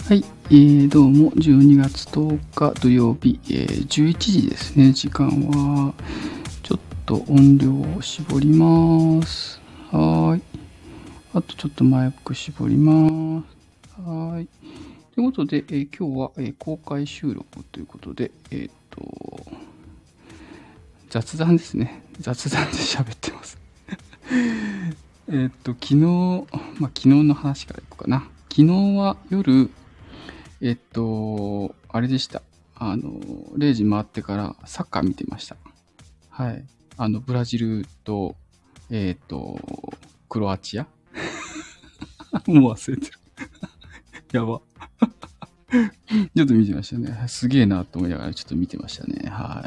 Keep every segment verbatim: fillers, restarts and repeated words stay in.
はい、えー、どうもじゅうにがつとおか土曜日、えー、じゅういちじですね。時間はちょっと音量を絞ります。はーい。あとちょっとマイク絞ります。はーい。ということで、えー、今日は、えー、公開収録ということで、えー、っと雑談ですね。雑談で喋ってます。えっと昨日、まあ昨日の話からいこうかな。昨日は夜えっと、あれでした。あの、れいじ回ってからサッカー見てました。はい。あの、ブラジルと、えっと、クロアチアもう忘れてる。やば。ちょっと見てましたね。すげえなと思いながらちょっと見てましたね。はい。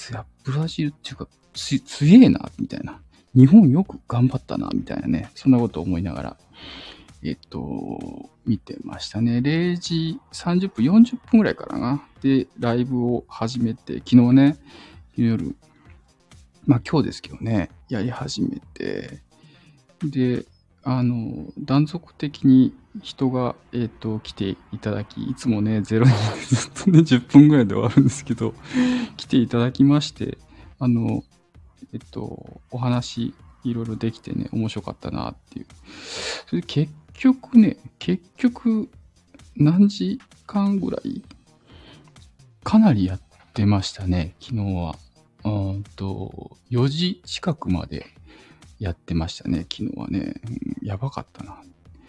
いや、ブラジルっていうか、つ、すげえな、みたいな。日本よく頑張ったな、みたいなね。そんなことを思いながら、えっと、見てましたね。れいじさんじゅっぷん、よんじゅっぷんぐらいからな。で、ライブを始めて、昨日ね、夜、まあ今日ですけどね、やり始めて、で、あの、断続的に人が、えっと、来ていただき、いつもね、ゼロにんでずっとね、じゅっぷんぐらいで終わるんですけど、来ていただきまして、あの、えっと、お話、いろいろできてね、面白かったなっていう。それで結局ね、結局、何時間ぐらいかなりやってましたね、昨日は。うんと、よじ近くまでやってましたね、昨日はね。うん、やばかったな。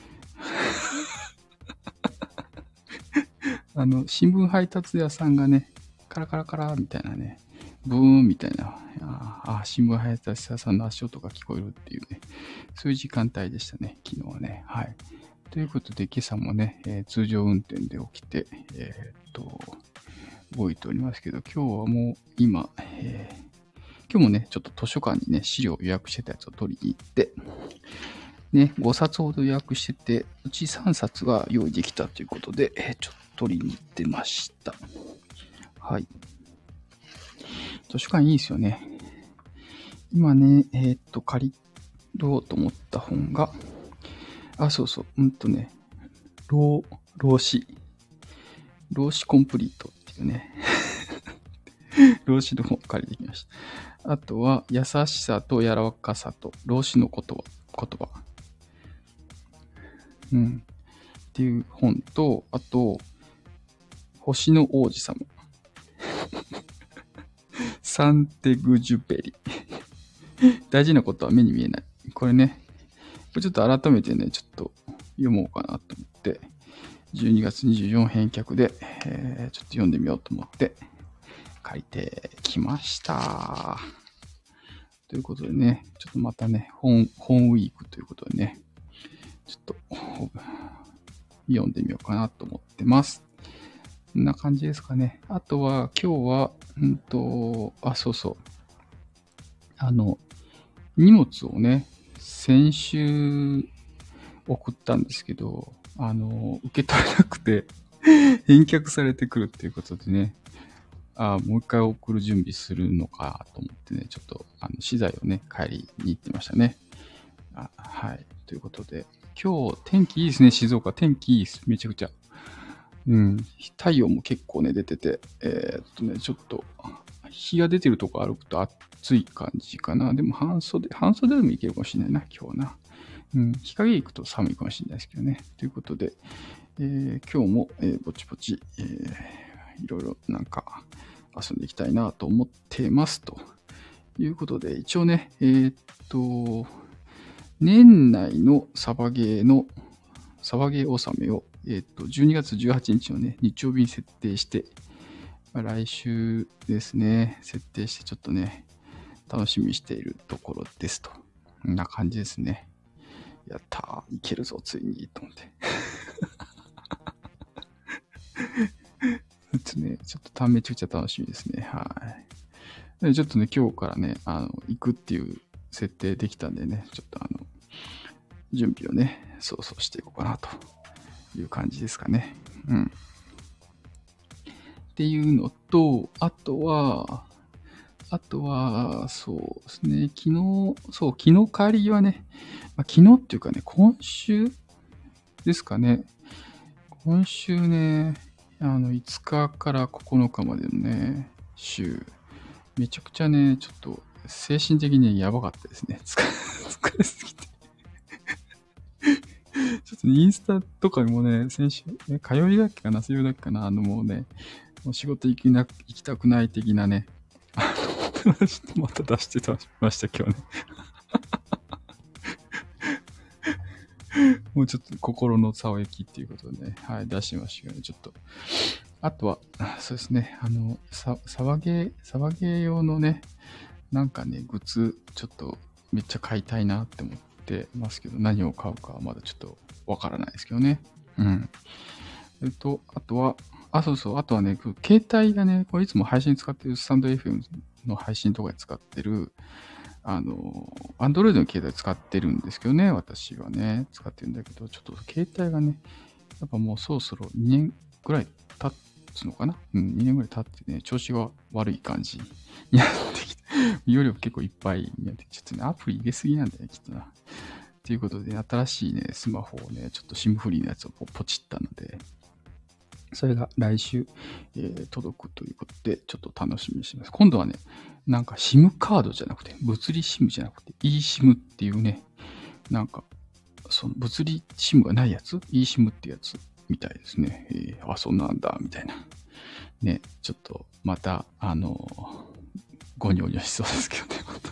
あの、新聞配達屋さんがね、カラカラカラみたいなね、ブーンみたいな、ああ、新聞配達屋さんの足音が聞こえるっていうね、そういう時間帯でしたね、昨日はね。はい。ということで、今朝もね、えー、通常運転で起きて、えー、っと、動いておりますけど、今日はもう今、えー、今日もね、ちょっと図書館にね、資料を予約してたやつを取りに行って、ね、ごさつほど予約してて、うちさんさつが用意できたということで、えー、ちょっと取りに行ってました。はい。図書館いいですよね。今ね、えー、っと、借りろうと思った本が、あ、そうそう、うんとね、老、老子、老子コンプリートっていうね、老子の本を借りてきました。あとは、優しさと柔らかさと老子の言葉、言葉。うん。っていう本と、あと、星の王子様。サンテグジュペリ。大事なことは目に見えない。これね、これちょっと改めてね、ちょっと読もうかなと思って、じゅうにがつにじゅうよっか返却で、えー、ちょっと読んでみようと思って書いてきました。ということでね、ちょっとまたね、本、本ウィークということでね、ちょっと読んでみようかなと思ってます。こんな感じですかね。あとは、今日は、うんと、あ、そうそう。あの、荷物をね、先週送ったんですけど、あの、受け取れなくて、返却されてくるっていうことでね、あもう一回送る準備するのかと思ってね、ちょっと、あの、資材をね、帰りに行ってましたね。あはい。ということで、今日天気いいですね、静岡。天気いいです。めちゃくちゃ。うん。太陽も結構ね、出てて、えー、っとね、ちょっと、日が出てるとこ歩くと暑い感じかな。でも半袖、半袖でもいけるかもしれないな、今日はな。うん。日陰行くと寒いかもしれないですけどね。ということで、えー、今日も、えー、ぼちぼち、えー、いろいろなんか遊んでいきたいなと思ってますということで、一応ね、えー、っと、年内のサバゲーの、サバゲー納めを、えっと、じゅうにがつじゅうはちにちのね、日曜日に設定して、まあ、来週ですね、設定してちょっとね、楽しみにしているところですと。こんな感じですね。やったー、いけるぞ、ついに、と思って。ね、ちょっとためちゃくちゃ楽しみですね。はい。でちょっとね、今日からね、あの、行くっていう設定できたんでね、ちょっとあの、準備をね、そうそうしていこうかなという感じですかね。うん。っていうのと、あとは、あとは、そうですね、昨日、そう、昨日帰りはね、まあ、昨日っていうかね、今週ですかね、 今週ね、あの、いつかからここのかまでのね、週、めちゃくちゃね、ちょっと、精神的にやばかったですね。疲れ、疲れすぎて。ちょっとインスタとかにもね、先週、ね、火曜日だっけかな、水曜だっけかな、あのもうね、もう仕事行きな、行きたくない的なね、あの、また出してました、今日ね。もうちょっと心の騒ぎっていうことでね、はい、出しましたけどね、ちょっと。あとは、そうですね、あの、さ、騒げ、騒げ用のね、なんかね、グッズ、ちょっとめっちゃ買いたいなって思ってますけど、何を買うかはまだちょっとわからないですけどね。うん。えっと、あとは、あ、そうそう、あとはね、携帯がね、これいつも配信使ってるスタンド エフエム の配信とかで使ってる、あの、Android の携帯使ってるんですけどね、私はね、使ってるんだけど、ちょっと携帯がね、やっぱもうそろそろにねんぐらい経つのかな、うん、にねんぐらい経ってね、調子が悪い感じになってきて、容量結構いっぱいになって、ちょっとね、アプリ入れすぎなんだよね、きっとな。ということで、新しいね、スマホをね、ちょっと SIM フリーのやつをポチったので、それが来週、えー、届くということで、ちょっと楽しみにしてます。今度はね、なんか SIM カードじゃなくて、物理 SIM じゃなくて、eSIM っていうね、なんか、その物理 SIM がないやつ eSIM ってやつみたいですね。えー、あ、そんなんだ、みたいな。ね、ちょっと、また、あの、ゴニョゴニョしそうですけどね、また。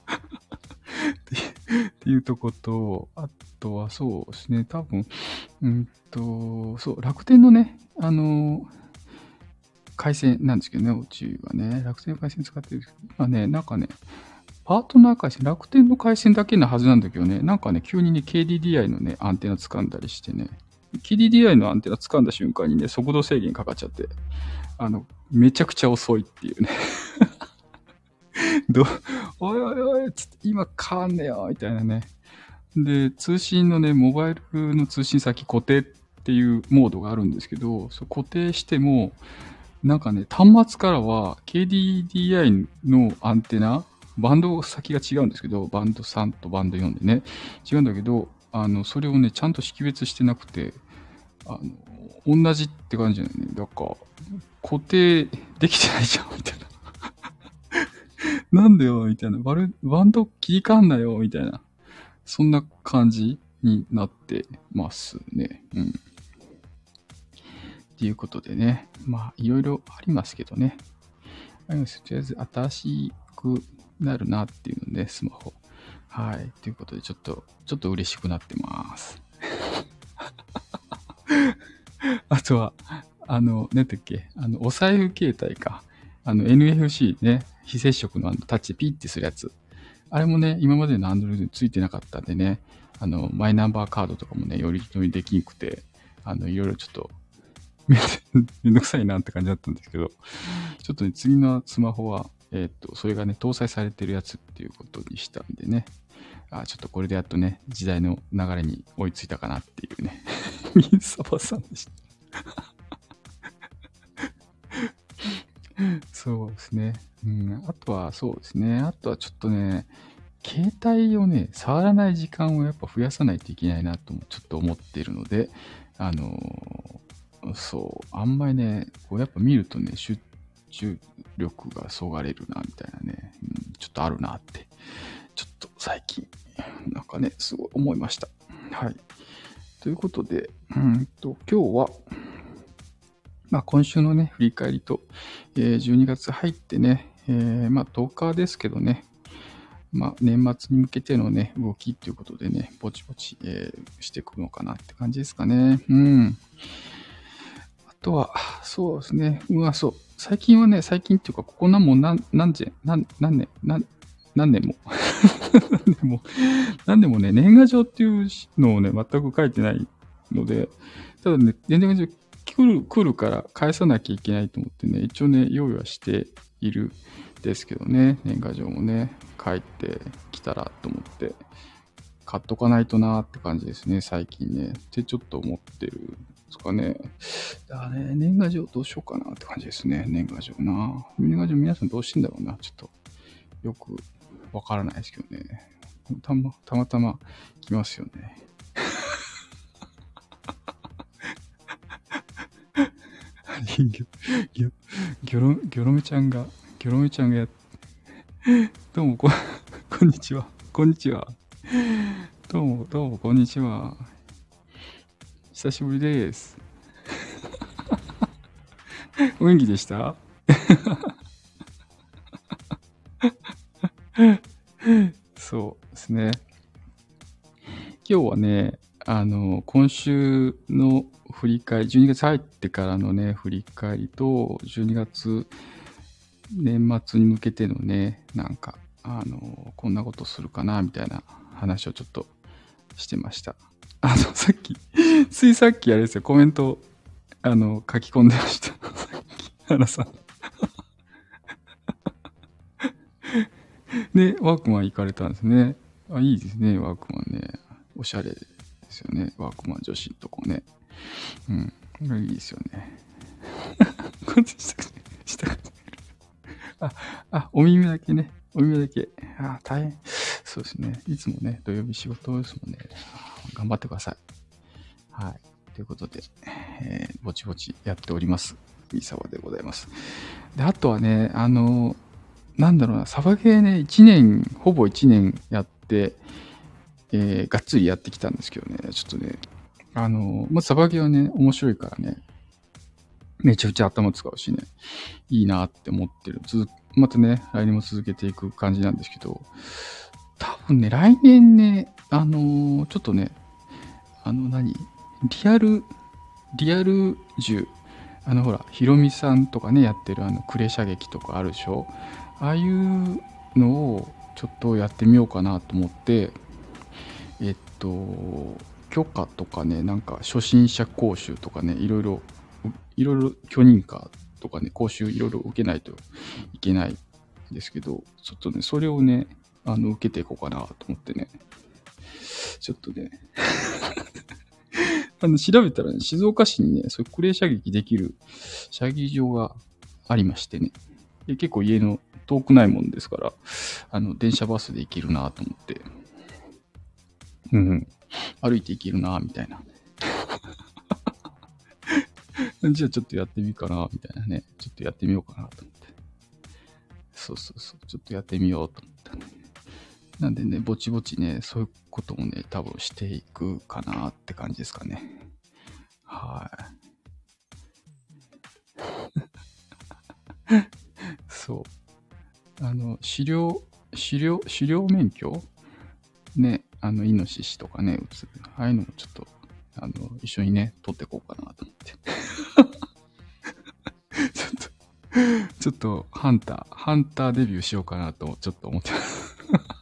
っていうとこと、あとはそうですね、多分、うんと、そう、楽天のね、あの、回線なんですけどね、うちはね、楽天の回線使ってるんですけど、今ね、なんかね、パートナー回線、楽天の回線だけなはずなんだけどね、なんかね、急にね、ケーディーディーアイ のね、アンテナ掴んだりしてね、ケーディーディーアイ のアンテナ掴んだ瞬間にね、速度制限かかっちゃって、あの、めちゃくちゃ遅いっていうね。ど、おいおいおい、つって今変わんねよ、みたいなね。で、通信のね、モバイルの通信先固定っていうモードがあるんですけど、そ固定しても、なんかね、端末からは ケーディーディーアイ のアンテナ、バンド先が違うんですけど、バンドさんとバンドよんでね、違うんだけど、あの、それをね、ちゃんと識別してなくて、あの、同じって感じだよね。だから、固定できてないじゃん、みたいな。なんでよ、みたいな。バル、バンド切り替わんなよ、みたいな。そんな感じになってますね。うん。っていうことでね。まあ、いろいろありますけどね。あります。とりあえず、新しくなるなっていうので、スマホ。はい。ということで、ちょっと、ちょっと嬉しくなってます。あとは、あの、なんだっけ、あの、お財布携帯か。あの、エヌエフシー ね、非接触のあのタッチでピッてするやつ。あれもね、今までの Android についてなかったんでね、あの、マイナンバーカードとかもね、より取りできにくて、あの、いろいろちょっとめ、めんどくさいなって感じだったんですけど、ちょっとね、次のスマホは、えーっと、それがね、搭載されてるやつっていうことにしたんでね、あ、ちょっとこれでやっとね、時代の流れに追いついたかなっていうね、ミンサバさんでした。そうですね。うん、あとはそうですね。あとはちょっとね、携帯をね、触らない時間をやっぱ増やさないといけないなともちょっと思っているので、あのーそう、あんまりね、こうやっぱ見るとね、集中力がそがれるな、みたいなね、うん、ちょっとあるなって、ちょっと最近、なんかね、すごい思いました。はい。ということで、うんと、今日は、まあ今週のね、振り返りと、えー、じゅうにがつ入ってね、えー、まあとおかですけどね、まあ、年末に向けてのね、動きっていうことでね、ぼちぼち、えー、していくのかなって感じですかね。うん。あとは、そうですね。うわ、そう。最近はね、最近っていうか、ここ何も何、何時、何、何年、何、何年も。何年も、何年もね、年賀状っていうのをね、全く書いてないので、ただね、年賀状来る、来るから返さなきゃいけないと思ってね、一応ね、用意はしているですけどね、年賀状もね、書いてきたらと思って、買っとかないとなーって感じですね、最近ね。ってちょっと思ってるんですかね。だからね、年賀状どうしようかなって感じですね、年賀状な。年賀状皆さんどうしてんだろうな、ちょっとよくわからないですけどね。たまたまたま来ますよね。 ギョ、ギョ、ギョロ、ギョロメちゃんが、ギョロメちゃんがやっ、どうもこ、こんにちは。こんにちは。どうも、どうも、こんにちは。久しぶりです。お元気でした？そうですね。今日はね、あの、今週の振り返り、じゅうにがつ入ってからのね、振り返りと、じゅうにがつ年末に向けてのね、なんか、あの、こんなことするかな、みたいな話をちょっとしてました。あの、さっき、ついさっきあれですよ、コメント、あの、書き込んでました。さっき、花さん。で、ワークマン行かれたんですね。あ、いいですね、ワークマンね。おしゃれですよね、ワークマン女子のとこね。うん。いいですよね。こっちしたくて、したくて。あ、あ、お耳だけね。お耳だけ。あ、大変。そうですね。いつもね、土曜日仕事ですもんね。頑張ってください。はい。ということで、えー、ぼちぼちやっております。三沢でございます。で、あとはね、あの、なんだろうな、サバゲーね、いちねん、ほぼいちねんやって、えー、がっつりやってきたんですけどね、ちょっとね、あの、まあ、サバゲーはね、面白いからね、めちゃくちゃ頭使うしね、いいなって思ってる。つまたね、来年も続けていく感じなんですけど、多分ね、来年ね、あのー、ちょっとね、あの何、リアル、リアル銃、あのほら、ヒロミさんとかね、やってるあの、クレ射撃とかあるでしょ？ああいうのをちょっとやってみようかなと思って、えっと、許可とかね、なんか初心者講習とかね、いろいろ、いろいろ許認可とかね、講習いろいろ受けないといけないんですけど、ちょっとね、それをね、あの、受けていこうかなと思ってね、ちょっとね、あの、調べたらね、静岡市にね、そういうクレー射撃できる射撃場がありましてね、で結構家の遠くないもんですから、あの、電車バスで行けるなと思って、うん、うん、歩いて行けるなみたいな。じゃあちょっとやってみようかな、みたいなね。ちょっとやってみようかなと思って。そうそうそう。ちょっとやってみようと思ったね。なんでね、ぼちぼちね、そういうこともね、多分していくかなって感じですかね。はい。そう。あの、狩猟、狩猟、狩猟免許ね、あの、イノシシとかね、撃つ。ああいうのもちょっと、あの、一緒にね、取っていこうかなと思って。ちょっと、ちょっと、ハンター、ハンターデビューしようかなと、ちょっと思ってます。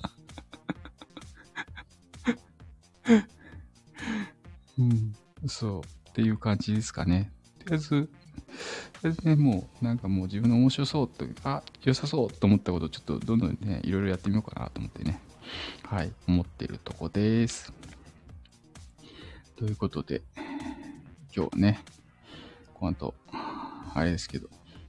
うん。そう。っていう感じですかね。とりあえず、とりあえずね、もう、なんかもう自分の面白そうと、あ、良さそうと思ったことをちょっとどんどんね、いろいろやってみようかなと思ってね。はい。思ってるとこです。ということで、今日はね、この後、あれですけど、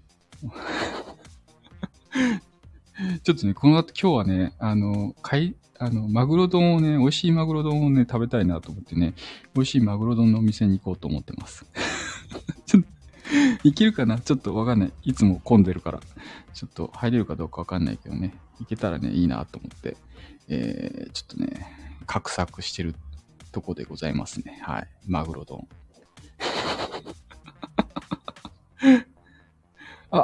ちょっとね、この後今日はね、あの、かい、あの、マグロ丼をね、美味しいマグロ丼をね、食べたいなと思ってね、美味しいマグロ丼のお店に行こうと思ってます。ちょっと、行けるかなちょっとわかんない。いつも混んでるから。ちょっと入れるかどうかわかんないけどね、行けたらね、いいなと思って、えー、ちょっとね、画策してるとこでございますね。はい。マグロ丼。あ、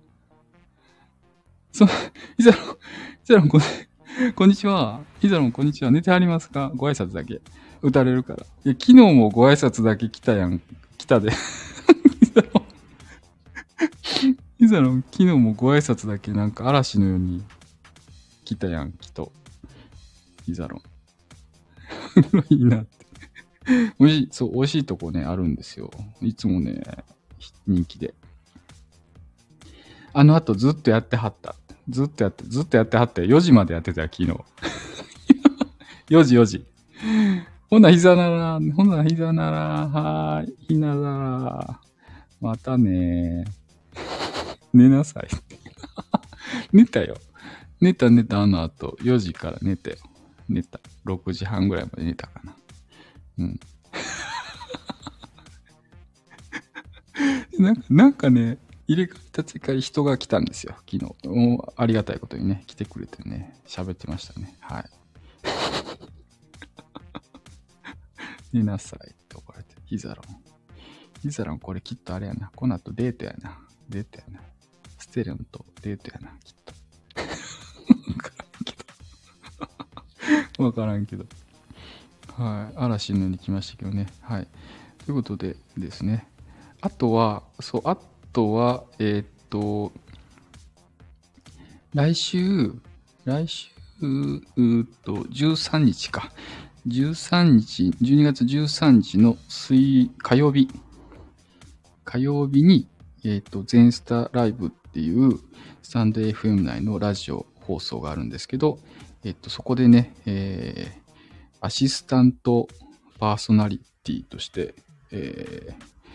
そう、いざの、いざのこ、こんにちは。いざのこんにちは。寝てはりますか？ご挨拶だけ。打たれるから。いや、昨日もご挨拶だけ来たやん。来たで。いざの、いざの、昨日もご挨拶だけなんか嵐のように来たやん、きっと。いざの。いいなって。美味しい、そう、美味しいとこね、あるんですよ。いつもね、人気で。あの後ずっとやってはった。ずっとやって、ずっとやってはったよ。よじまでやってたよ、昨日。よじよじ。ほな、膝なら、ほな、膝なら、はーい、ひなら、またね寝なさい。寝たよ。寝た寝た、あの後、よじから寝てよ。寝た。ろくじはんぐらいまで寝たかな。うん。 なんか、なんかね、入れ替えた世界人が来たんですよ、昨日。もうありがたいことにね、来てくれてね、喋ってましたね。はい。寝なさいって怒られて、ヒザロン。ヒザロンこれきっとあれやな。この後デートやな。デートやな。ステレオンとデートやな、きっと。わからんけど。はい。嵐のように来ましたけどね。はい。ということでですね。あとは、そう、あとは、えー、っと、来週、来週、うーっと、じゅうさんにちか。じゅうさんにち、じゅうにがつじゅうさんにちの水、火曜日。火曜日に、えー、っと、全スタライブっていうスタンド エフエム 内のラジオ放送があるんですけど、えー、っと、そこでね、えー、アシスタントパーソナリティとして、えー、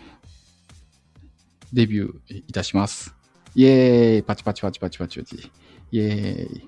デビューいたします。イエーイパチパチパチパチパチパチ。イエーイ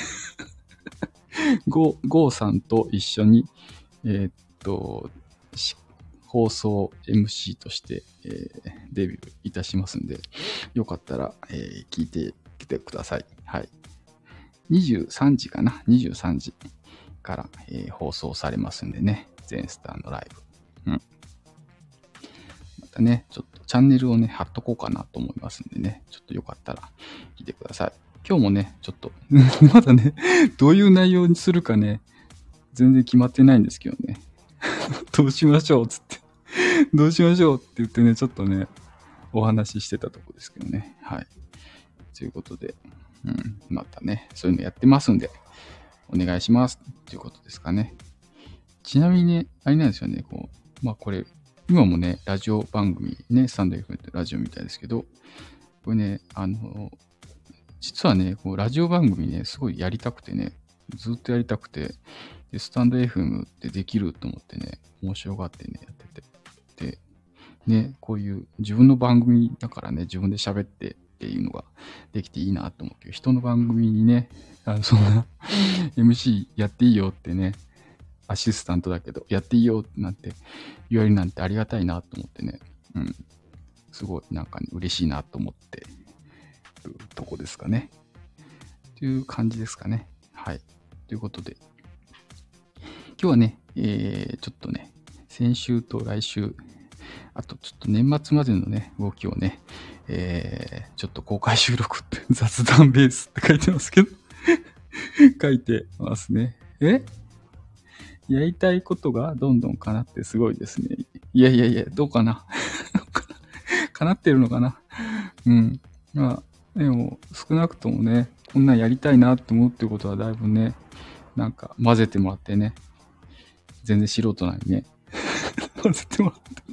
ゴー、ゴーさんと一緒に、えー、っと、放送 エムシー として、えー、デビューいたしますんで、よかったら、えー、聞いてきてください。はい。にじゅうさんじかな ?にじゅうさんじから、えー、放送されますんでね。全スターのライブ。うん。またね、ちょっとチャンネルをね、貼っとこうかなと思いますんでね。ちょっとよかったら聞いてください。今日もね、ちょっと、まだね、どういう内容にするかね、全然決まってないんですけどね。どうしましょうつって。どうしましょうって言ってね、ちょっとね、お話ししてたとこですけどね。はい。ということで、うん、またね、そういうのやってますんで、お願いします。ということですかね。ちなみにね、あれなんですよね、こう、まあこれ、今もね、ラジオ番組ね、スタンド エフエム ってラジオみたいですけど、これね、あの、実はね、こうラジオ番組ね、すごいやりたくてね、ずっとやりたくて、でスタンド エフエム ってできると思ってね、面白がってね、やってて。で、ね、こういう自分の番組だからね、自分で喋ってっていうのができていいなと思うけど、人の番組にね、あのそんなエムシー やっていいよってね、アシスタントだけど、やっていいよなんて言われるなんてありがたいなと思ってね、うん。すごいなんか、ね、嬉しいなと思ってるとこですかね。という感じですかね。はい。ということで、今日はね、えー、ちょっとね、先週と来週、あとちょっと年末までのね、動きをね、えー、ちょっと公開収録って雑談ベースって書いてますけど、書いてますね。えやりたいことがどんどん叶ってすごいですね。いやいやいや、どうかな叶ってるのかなうん。まあ、でも少なくともね、こんなんやりたいなって思うっていうことはだいぶね、なんか混ぜてもらってね、全然素人なのにね、混ぜてもら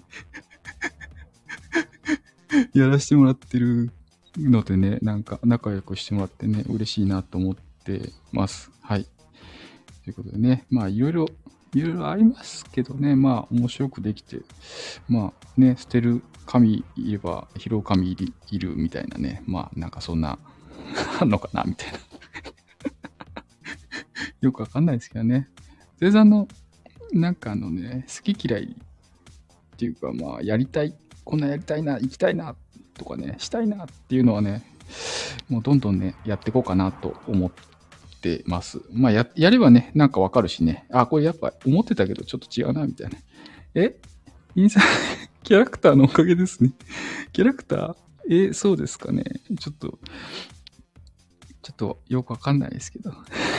ってやらせてもらってるのでね、なんか仲良くしてもらってね、嬉しいなと思ってます。はい。ということでね、まあいろいろ、いろいろありますけどね、まあ面白くできて、まあね、捨てる神いれば拾う神いるいるみたいなね、まあなんかそんな、あんのかなみたいな。よくわかんないですけどね。全然あの、なんかあのね、好き嫌いっていうかまあやりたい、こんなやりたいな、行きたいな、とかね、したいなっていうのはね、もうどんどんね、やっていこうかなと思ってます。まあや、やればね、なんかわかるしね、あ、これやっぱ思ってたけどちょっと違うな、みたいな。えインサキャラクターのおかげですね。キャラクターえ、そうですかね。ちょっと、ちょっとよくわかんないですけど。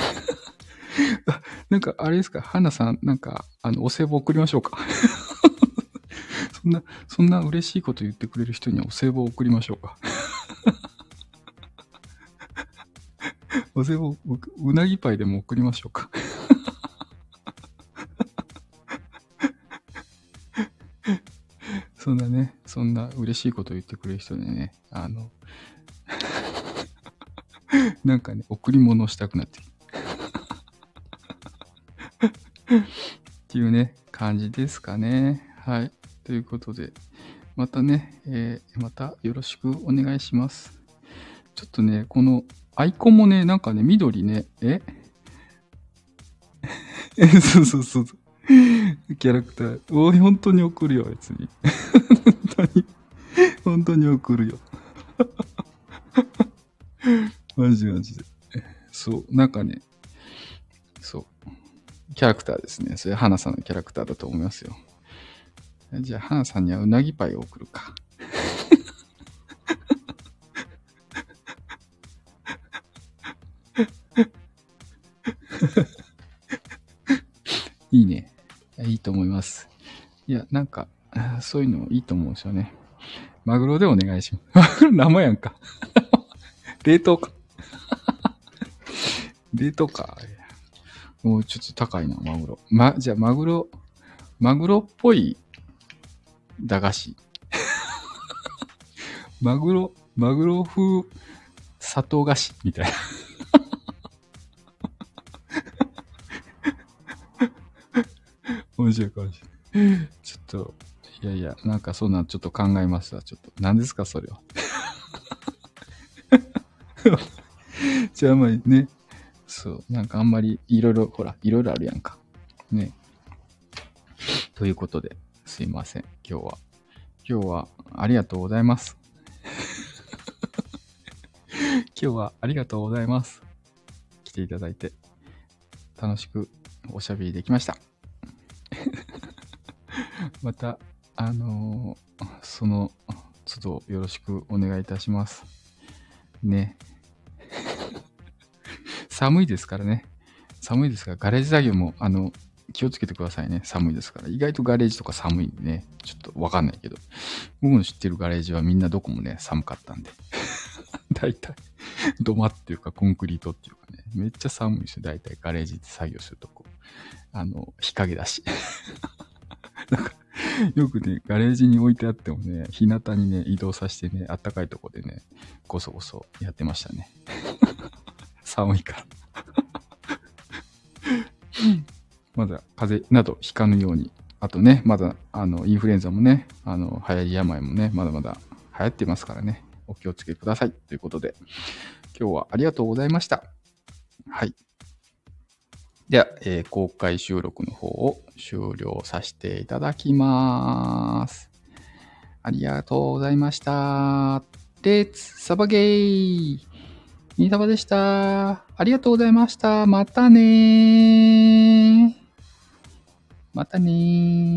なんか、あれですか、花さん、なんか、あの、お歳暮送りましょうか。そんな、そんな嬉しいこと言ってくれる人にはお歳暮を送りましょうか。お歳暮、うなぎパイでも送りましょうか。そんなね、そんな嬉しいこと言ってくれる人でね、あの、なんかね、贈り物をしたくなってきた。っていうね、感じですかね。はい。ということで、またね、えー、またよろしくお願いします。ちょっとね、このアイコンもね、なんかね、緑ね、ええ、そうそうそう。キャラクター。おい、本当に送るよ、別に。本当に。 本当に送るよ。マジマジで。そう、なんかね、そう。キャラクターですね。それ、花さんのキャラクターだと思いますよ。じゃあ、花さんにはうなぎパイを送るか。いいね。いいと思います。いや、なんか、そういうのいいと思うんですよね。マグロでお願いします。マグロ生やんか。冷凍か。冷凍か。もうちょっと高いな、マグロ。ま、じゃあ、マグロ、マグロっぽい駄菓子。マグロ、マグロ風砂糖菓子みたいな。面白いかもしれない。ちょっと、いやいや、なんかそんなんちょっと考えますわ。ちょっと。何ですか、それは。じゃあ、あんまりね。そう。なんかあんまりいろいろ、ほら、いろいろあるやんか。ね。ということで、すいません。今日は。今日はありがとうございます。今日はありがとうございます。来ていただいて、楽しくおしゃべりできました。また、あのー、その都度よろしくお願いいたします。ね。寒いですからね。寒いですから、ガレージ作業も、あの、気をつけてくださいね。寒いですから。意外とガレージとか寒いんでね。ちょっとわかんないけど。僕の知ってるガレージはみんなどこもね、寒かったんで。大体、土間っていうかコンクリートっていうかね。めっちゃ寒いですよ。大体ガレージで作業するとこ。あの、日陰だし。なんかよくね、ガレージに置いてあってもね、日向にね、移動させてね、あったかいとこでね、ごそごそやってましたね。寒いから。まだ風邪などひかぬように。あとね、まだ、あの、インフルエンザもね、あの、流行り病もね、まだまだ流行ってますからね、お気をつけください。ということで、今日はありがとうございました。はい。では、えー、公開収録の方を終了させていただきます。ありがとうございました。レッツサバゲー。ニーサバでした。ありがとうございました。またねー。またねー。